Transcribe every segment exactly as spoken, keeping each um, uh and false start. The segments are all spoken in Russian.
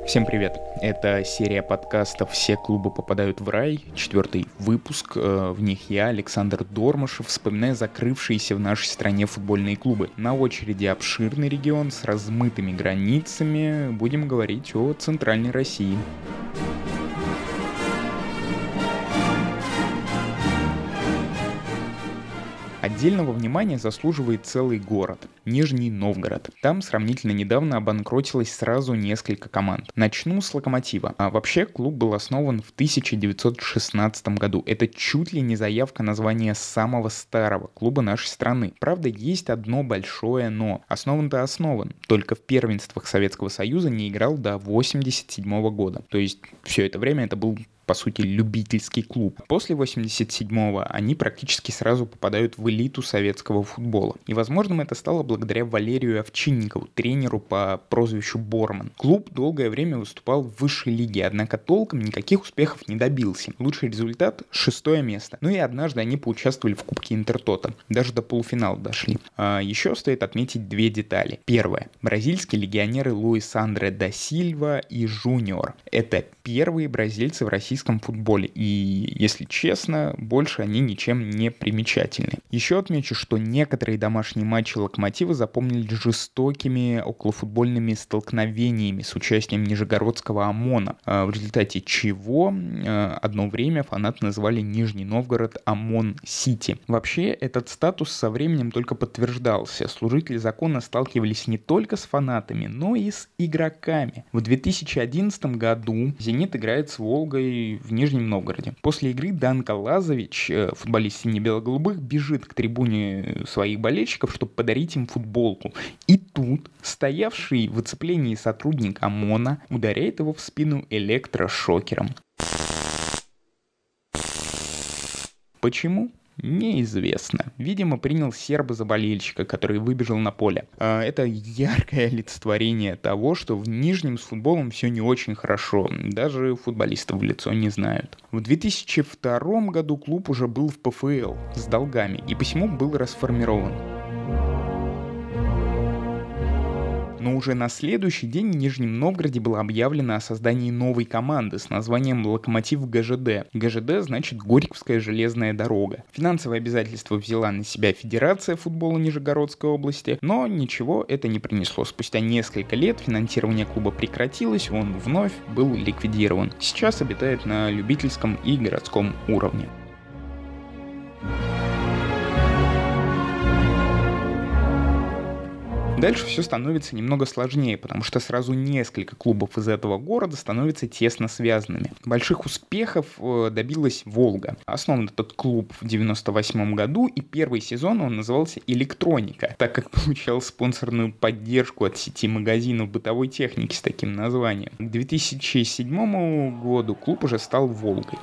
Всем привет! Это серия подкастов «Все клубы попадают в рай», четвертый выпуск. В них я, Александр Дормышев, вспоминаю закрывшиеся в нашей стране футбольные клубы. На очереди обширный регион с размытыми границами. Будем говорить о Центральной России. Отдельного внимания заслуживает целый город – Нижний Новгород. Там сравнительно недавно обанкротилось сразу несколько команд. Начну с «Локомотива». А вообще клуб был основан в тысяча девятьсот шестнадцатом году. Это чуть ли не заявка на звание самого старого клуба нашей страны. Правда, есть одно большое «но». Основан-то основан. Только в первенствах Советского Союза не играл до восемьдесят седьмого года. То есть все это время это был, по сути, любительский клуб. После восемьдесят седьмого они практически сразу попадают в элиту советского футбола. И, возможно, это стало благодаря Валерию Овчинникову, тренеру по прозвищу Борман. Клуб долгое время выступал в высшей лиге, однако толком никаких успехов не добился. Лучший результат – шестое место. Ну и однажды они поучаствовали в Кубке Интертото. Даже до полуфинала дошли. А еще стоит отметить две детали. Первое. Бразильские легионеры Луис Андре да Сильва и Жуниор. Это первые бразильцы в российском футболе. И, если честно, больше они ничем не примечательны. Еще отмечу, что некоторые домашние матчи «Локомотива» запомнились жестокими околофутбольными столкновениями с участием нижегородского ОМОНа, в результате чего одно время фанаты называли Нижний Новгород ОМОН-Сити. Вообще, этот статус со временем только подтверждался. Служители закона сталкивались не только с фанатами, но и с игроками. В две тысячи одиннадцатом году «Зенит» играет с «Волгой» в Нижнем Новгороде. После игры Данко Лазович, футболист сине-бело-голубых, бежит к трибуне своих болельщиков, чтобы подарить им футболку. И тут стоявший в оцеплении сотрудник ОМОНа ударяет его в спину электрошокером. Почему? Неизвестно. Видимо, принял серба за болельщика, который выбежал на поле. Это яркое олицетворение того, что в Нижнем с футболом все не очень хорошо. Даже футболистов в лицо не знают. В две тысячи втором году клуб уже был в ПФЛ с долгами и посему был расформирован. Но уже на следующий день в Нижнем Новгороде было объявлено о создании новой команды с названием «Локомотив ГЖД». ГЖД значит «Горьковская железная дорога». Финансовые обязательства взяла на себя Федерация футбола Нижегородской области, но ничего это не принесло. Спустя несколько лет финансирование клуба прекратилось, он вновь был ликвидирован. Сейчас обитает на любительском и городском уровне. Дальше все становится немного сложнее, потому что сразу несколько клубов из этого города становятся тесно связанными. Больших успехов добилась «Волга». Основан этот клуб в девяносто восьмом году, и первый сезон он назывался «Электроника», так как получал спонсорную поддержку от сети магазинов бытовой техники с таким названием. К две тысячи седьмому году клуб уже стал «Волгой».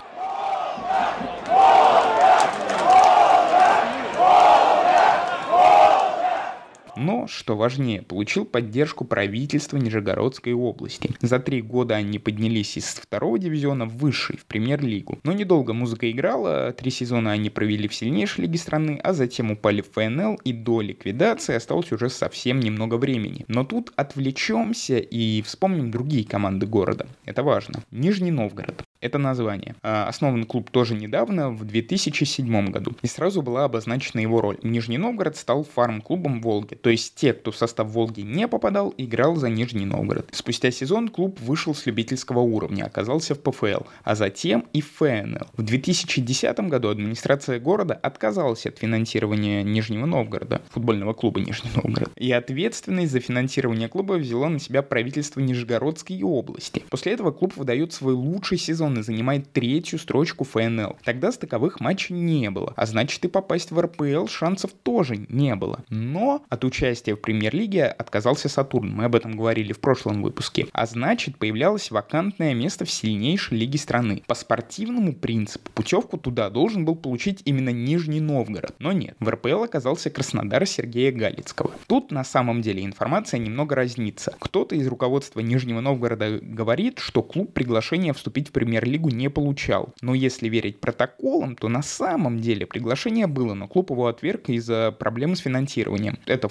Но, что важнее, получил поддержку правительства Нижегородской области. За три года они поднялись из второго дивизиона в высший, в премьер-лигу. Но недолго музыка играла, три сезона они провели в сильнейшей лиге страны, а затем упали в ФНЛ, и до ликвидации осталось уже совсем немного времени. Но тут отвлечемся и вспомним другие команды города. Это важно. Нижний Новгород. Это название. Основан клуб тоже недавно, в две тысячи седьмом году. И сразу была обозначена его роль. Нижний Новгород стал фарм-клубом Волги. То есть те, кто в состав Волги не попадал, играл за Нижний Новгород. Спустя сезон клуб вышел с любительского уровня, оказался в ПФЛ, а затем и в ФНЛ. В две тысячи десятом году администрация города отказалась от финансирования Нижнего Новгорода, футбольного клуба Нижний Новгород. И ответственность за финансирование клуба взяло на себя правительство Нижегородской области. После этого клуб выдает свой лучший сезон и занимает третью строчку ФНЛ. Тогда стыковых матчей не было, а значит и попасть в эр пэ эл шансов тоже не было. Но от участия в премьер-лиге отказался Сатурн, мы об этом говорили в прошлом выпуске. А значит появлялось вакантное место в сильнейшей лиге страны. По спортивному принципу путевку туда должен был получить именно Нижний Новгород. Но нет, в эр пэ эл оказался Краснодар Сергея Галицкого. Тут на самом деле информация немного разнится. Кто-то из руководства Нижнего Новгорода говорит, что клуб приглашение вступить в премьер премьер-лигу не получал. Но если верить протоколам, то на самом деле приглашение было, но клуб его отверг из-за проблем с финансированием. Это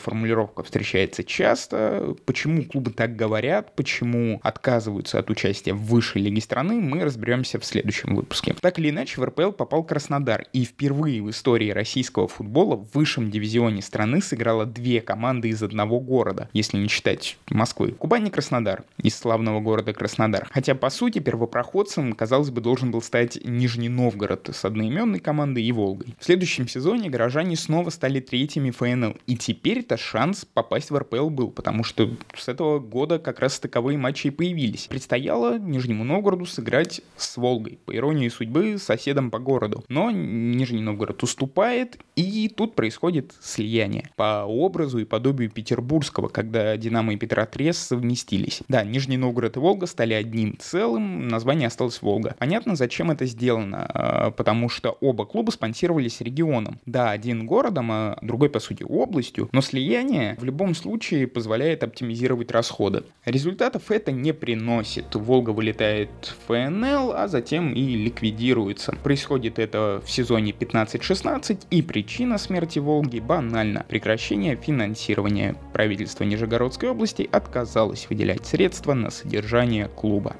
формулировка встречается часто. Почему клубы так говорят, почему отказываются от участия в высшей лиге страны, мы разберемся в следующем выпуске. Так или иначе, в эр пэ эл попал Краснодар, и впервые в истории российского футбола в высшем дивизионе страны сыграло две команды из одного города, если не считать Москвы. Кубань и Краснодар, из славного города Краснодар. Хотя, по сути, первопроходцем, казалось бы, должен был стать Нижний Новгород с одноименной командой и Волгой. В следующем сезоне горожане снова стали третьими эф эн эл, и теперь-то шанс попасть в эр пэ эл был, потому что с этого года как раз таковые матчи и появились. Предстояло Нижнему Новгороду сыграть с Волгой, по иронии судьбы, соседом по городу. Но Нижний Новгород уступает, и тут происходит слияние. По образу и подобию петербургского, когда Динамо и Петротрес совместились. Да, Нижний Новгород и Волга стали одним целым, название осталось Волга. Понятно, зачем это сделано, потому что оба клуба спонсировались регионом. Да, один городом, а другой, по сути, областью, но слияние в любом случае позволяет оптимизировать расходы. Результатов это не приносит. Волга вылетает в эф эн эл, а затем и ликвидируется. Происходит это в сезоне пятнадцать шестнадцать, и причина смерти Волги банальна. Прекращение финансирования. Правительство Нижегородской области отказалось выделять средства на содержание клуба.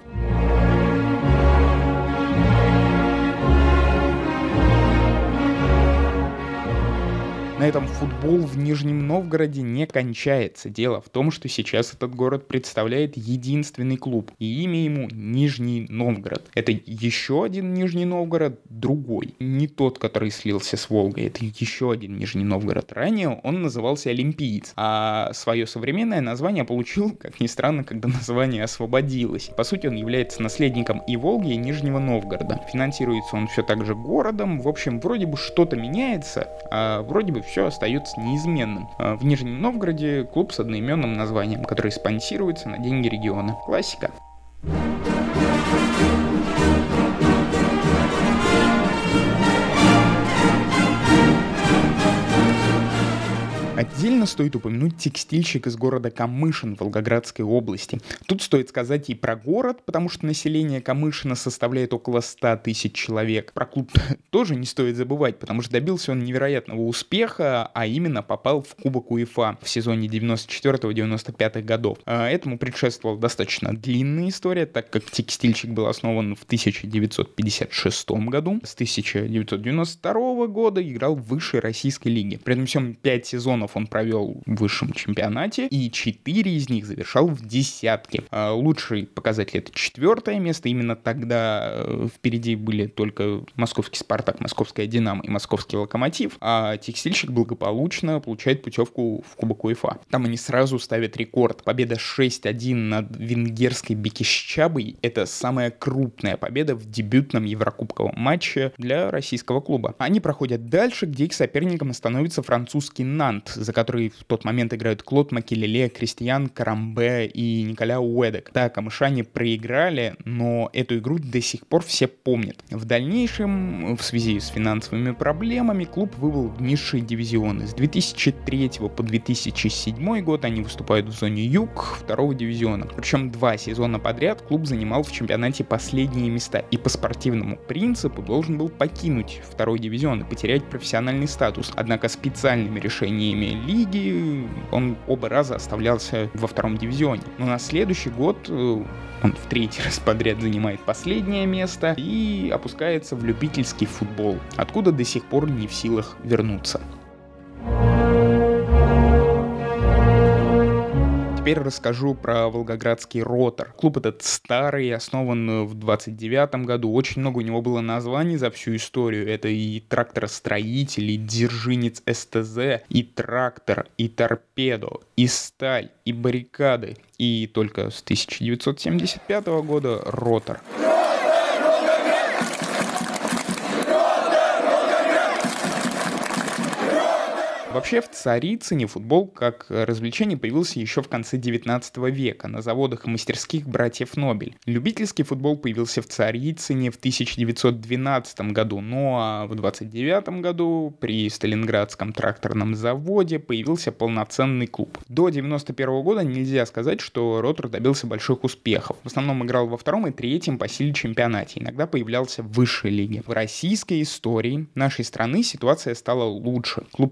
На этом футбол в Нижнем Новгороде не кончается. Дело в том, что сейчас этот город представляет единственный клуб, и имя ему Нижний Новгород. Это еще один Нижний Новгород, другой. Не тот, который слился с Волгой, это еще один Нижний Новгород. Ранее он назывался Олимпиец, а свое современное название получил, как ни странно, когда название освободилось. По сути, он является наследником и Волги, и Нижнего Новгорода. Финансируется он все так же городом. В общем, вроде бы что-то меняется, а вроде бы все остается неизменным. В Нижнем Новгороде клуб с одноименным названием, который спонсируется на деньги региона. Классика. Отдельно стоит упомянуть текстильщик из города Камышин Волгоградской области. Тут стоит сказать и про город, потому что население Камышина составляет около ста тысяч человек. Про клуб тоже не стоит забывать, потому что добился он невероятного успеха, а именно попал в Кубок УЕФА в сезоне девяносто четвёртого девяносто пятого годов. Этому предшествовала достаточно длинная история, так как текстильщик был основан в тысяча девятьсот пятьдесят шестом году. С тысяча девятьсот девяносто второго года играл в высшей российской лиге. При этом всем пять сезонов он провел в высшем чемпионате, и четыре из них завершал в десятке. Лучший показатель — это четвертое место. Именно тогда впереди были только московский «Спартак», московская «Динамо» и московский «Локомотив», а текстильщик благополучно получает путевку в Кубок УЕФА. Там они сразу ставят рекорд. Победа шесть один над венгерской Бекишчабой — это самая крупная победа в дебютном еврокубковом матче для российского клуба. Они проходят дальше, где их соперником становится французский «Нант», за который в тот момент играют Клод Макелеле, Кристиан Карамбе и Николя Уэдек. Да, камышане проиграли, но эту игру до сих пор все помнят. В дальнейшем, в связи с финансовыми проблемами, клуб выбыл в низшие дивизионы. С две тысячи третьего по две тысячи седьмой год они выступают в зоне юг второго дивизиона. Причем два сезона подряд клуб занимал в чемпионате последние места и по спортивному принципу должен был покинуть второй дивизион и потерять профессиональный статус. Однако специальными решениями лиги он оба раза оставлялся во втором дивизионе. Но на следующий год он в третий раз подряд занимает последнее место и опускается в любительский футбол, откуда до сих пор не в силах вернуться. Теперь расскажу про волгоградский «Ротор». Клуб этот старый, основан в двадцать девятом году. Очень много у него было названий за всю историю. Это и тракторостроитель, и Дзержинец эс тэ зэ, и трактор, и торпедо, и сталь, и баррикады. И только с тысяча девятьсот семьдесят пятого года «Ротор». Вообще в Царицыне футбол как развлечение появился еще в конце девятнадцатого века на заводах и мастерских братьев Нобель. Любительский футбол появился в Царицыне в тысяча девятьсот двенадцатом году, ну а в двадцать девятом году при Сталинградском тракторном заводе появился полноценный клуб. До девяносто первого года нельзя сказать, что «Ротор» добился больших успехов. В основном играл во втором и третьем по силе чемпионате, иногда появлялся в высшей лиге. В российской истории нашей страны ситуация стала лучше. Клуб попал в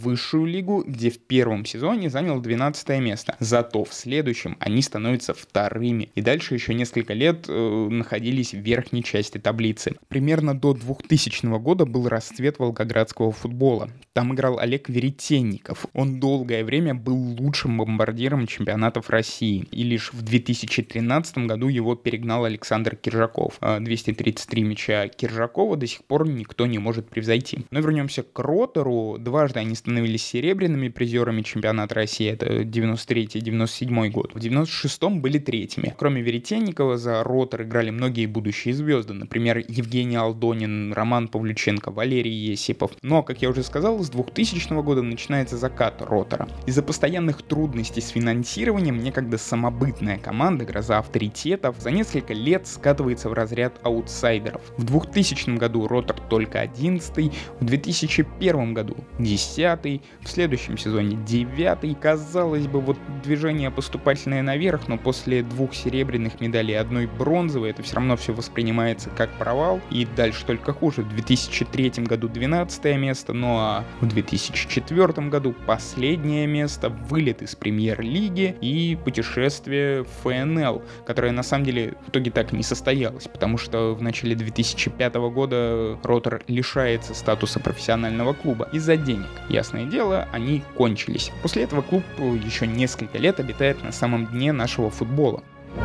высшую лигу, где в первом сезоне занял двенадцатое место. Зато в следующем они становятся вторыми. И дальше еще несколько лет э, находились в верхней части таблицы. Примерно до двухтысячного года был расцвет волгоградского футбола. Там играл Олег Веретенников. Он долгое время был лучшим бомбардиром чемпионатов России. И лишь в две тысячи тринадцатом году его перегнал Александр Киржаков. двести тридцать три мяча Киржакова до сих пор никто не может превзойти. Но вернемся к Ротору. Дважды они становились серебряными призерами чемпионата России. Это девяносто третий - девяносто седьмой год. В девяносто шестом были третьими. Кроме Веретенникова за Ротор играли многие будущие звезды. Например, Евгений Алдонин, Роман Павлюченко, Валерий Есипов. Но, как я уже сказал, с двухтысячного года начинается закат Ротора. Из-за постоянных трудностей с финансированием некогда самобытная команда, гроза авторитетов, за несколько лет скатывается в разряд аутсайдеров. В двухтысячном году Ротор только одиннадцатый, в две тысячи первом году десятый, в следующем сезоне девятый. Казалось бы, вот движение поступательное наверх, но после двух серебряных медалей и одной бронзовой это все равно все воспринимается как провал, и дальше только хуже. В две тысячи третьем году двенадцатое место, ну а в две тысячи четвёртом году последнее место, вылет из премьер-лиги и путешествие в эф эн эл, которое на самом деле в итоге так и не состоялось, потому что в начале две тысячи пятого года Ротор лишается статуса профессионального клуба из-за денег. Ясное дело, они кончились. После этого клуб еще несколько лет обитает на самом дне нашего футбола.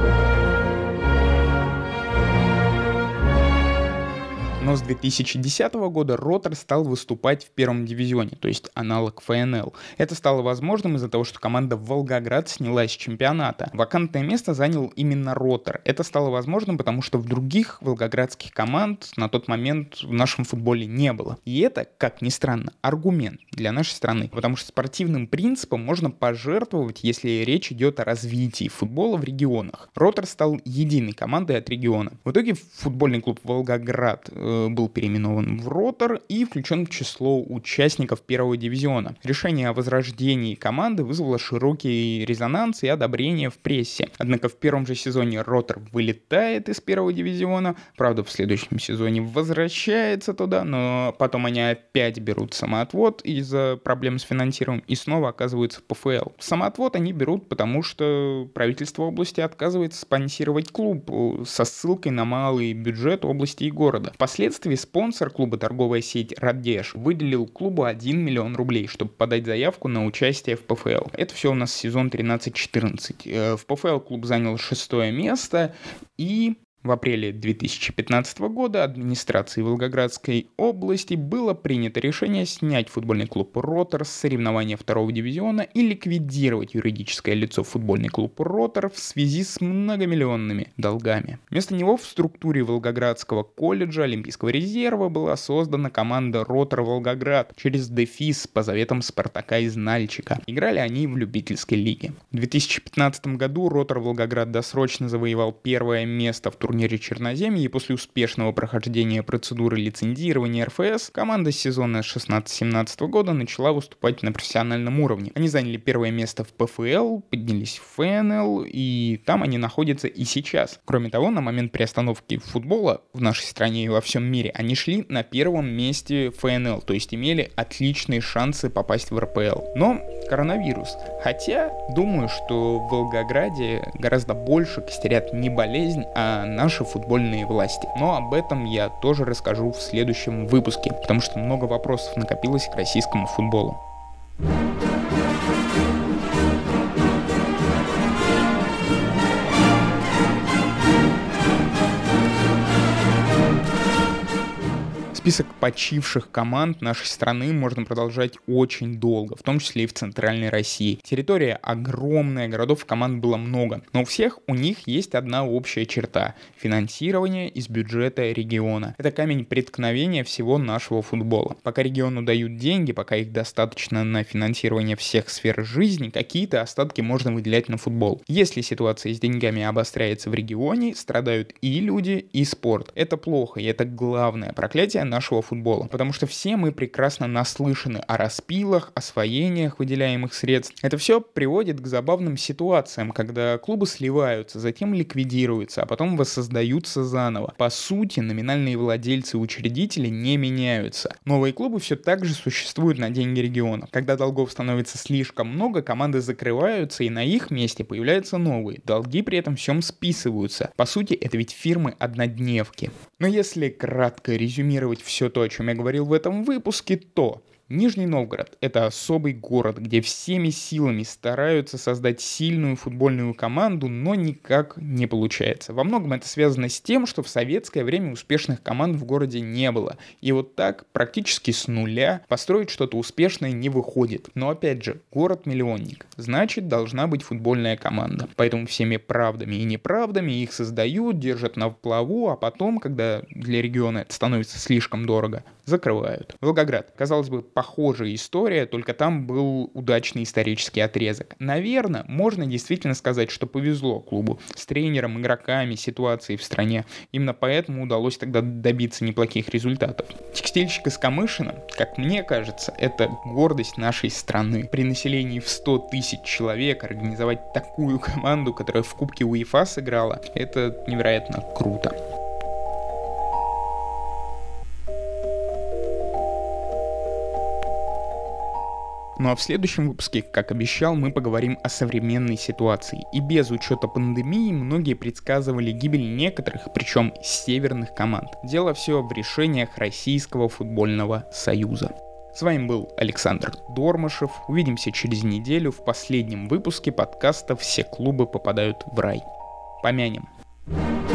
Но с две тысячи десятого года Ротор стал выступать в первом дивизионе, то есть аналог эф эн эл. Это стало возможным из-за того, что команда Волгоград снялась с чемпионата. Вакантное место занял именно Ротор. Это стало возможным, потому что в других волгоградских команд на тот момент в нашем футболе не было. И это, как ни странно, аргумент для нашей страны, потому что спортивным принципом можно пожертвовать, если речь идет о развитии футбола в регионах. Ротор стал единой командой от региона. В итоге футбольный клуб Волгоград был переименован в Ротор и включен в число участников первого дивизиона. Решение о возрождении команды вызвало широкий резонанс и одобрение в прессе. Однако в первом же сезоне Ротор вылетает из первого дивизиона, правда в следующем сезоне возвращается туда, но потом они опять берут самоотвод из-за проблем с финансированием и снова оказываются в пэ эф эл. Самоотвод они берут, потому что правительство области отказывается спонсировать клуб со ссылкой на малый бюджет области и города. Впоследствии спонсор клуба, торговая сеть Радеш, выделил клубу один миллион рублей, чтобы подать заявку на участие в пэ эф эл. Это все у нас сезон тринадцать-четырнадцать. В пэ эф эл клуб занял шестое место, и в апреле две тысячи пятнадцатого года администрацией Волгоградской области было принято решение снять футбольный клуб Ротор с соревнования второго дивизиона и ликвидировать юридическое лицо футбольный клуб Ротор в связи с многомиллионными долгами. Вместо него в структуре Волгоградского колледжа Олимпийского резерва была создана команда Ротор Волгоград через дефис по заветам Спартака из Нальчика. Играли они в любительской лиге. В две тысячи пятнадцатом году Ротор Волгоград досрочно завоевал первое место в турнире турнире Черноземья, и после успешного прохождения процедуры лицензирования эр эф эс команда с сезона шестнадцать-семнадцатого года начала выступать на профессиональном уровне. Они заняли первое место в пэ эф эл, поднялись в эф эн эл, и там они находятся и сейчас. Кроме того, на момент приостановки футбола в нашей стране и во всем мире они шли на первом месте в эф эн эл, то есть имели отличные шансы попасть в эр пэ эл. Но коронавирус. Хотя, думаю, что в Волгограде гораздо больше костерят не болезнь, а наши футбольные власти. Но об этом я тоже расскажу в следующем выпуске, потому что много вопросов накопилось к российскому футболу. Список почивших команд нашей страны можно продолжать очень долго, в том числе и в Центральной России. Территория огромная, городов и команд было много, но у всех у них есть одна общая черта – финансирование из бюджета региона. Это камень преткновения всего нашего футбола. Пока региону дают деньги, пока их достаточно на финансирование всех сфер жизни, какие-то остатки можно выделять на футбол. Если ситуация с деньгами обостряется в регионе, страдают и люди, и спорт. Это плохо, и это главное проклятие нашего футбола. Потому что все мы прекрасно наслышаны о распилах, освоениях выделяемых средств. Это все приводит к забавным ситуациям, когда клубы сливаются, затем ликвидируются, а потом воссоздаются заново. По сути, номинальные владельцы и учредители не меняются. Новые клубы все так же существуют на деньги регионов. Когда долгов становится слишком много, команды закрываются, и на их месте появляются новые. Долги при этом всем списываются. По сути, это ведь фирмы-однодневки. Но если кратко резюмировать все то, о чем я говорил в этом выпуске, то Нижний Новгород — это особый город, где всеми силами стараются создать сильную футбольную команду, но никак не получается. Во многом это связано с тем, что в советское время успешных команд в городе не было. И вот так, практически с нуля, построить что-то успешное не выходит. Но опять же, город-миллионник. Значит, должна быть футбольная команда. Поэтому всеми правдами и неправдами их создают, держат на плаву, а потом, когда для региона это становится слишком дорого, закрывают. Волгоград. Казалось бы, похожая история, только там был удачный исторический отрезок. Наверное, можно действительно сказать, что повезло клубу с тренером, игроками, ситуацией в стране. Именно поэтому удалось тогда добиться неплохих результатов. Текстильщик из Камышина, как мне кажется, это гордость нашей страны. При населении в сто тысяч человек организовать такую команду, которая в Кубке УЕФА сыграла, это невероятно круто. Ну а в следующем выпуске, как обещал, мы поговорим о современной ситуации. И без учета пандемии многие предсказывали гибель некоторых, причем северных команд. Дело все в решениях Российского футбольного союза. С вами был Александр Дормышев. Увидимся через неделю в последнем выпуске подкаста «Все клубы попадают в рай». Помянем.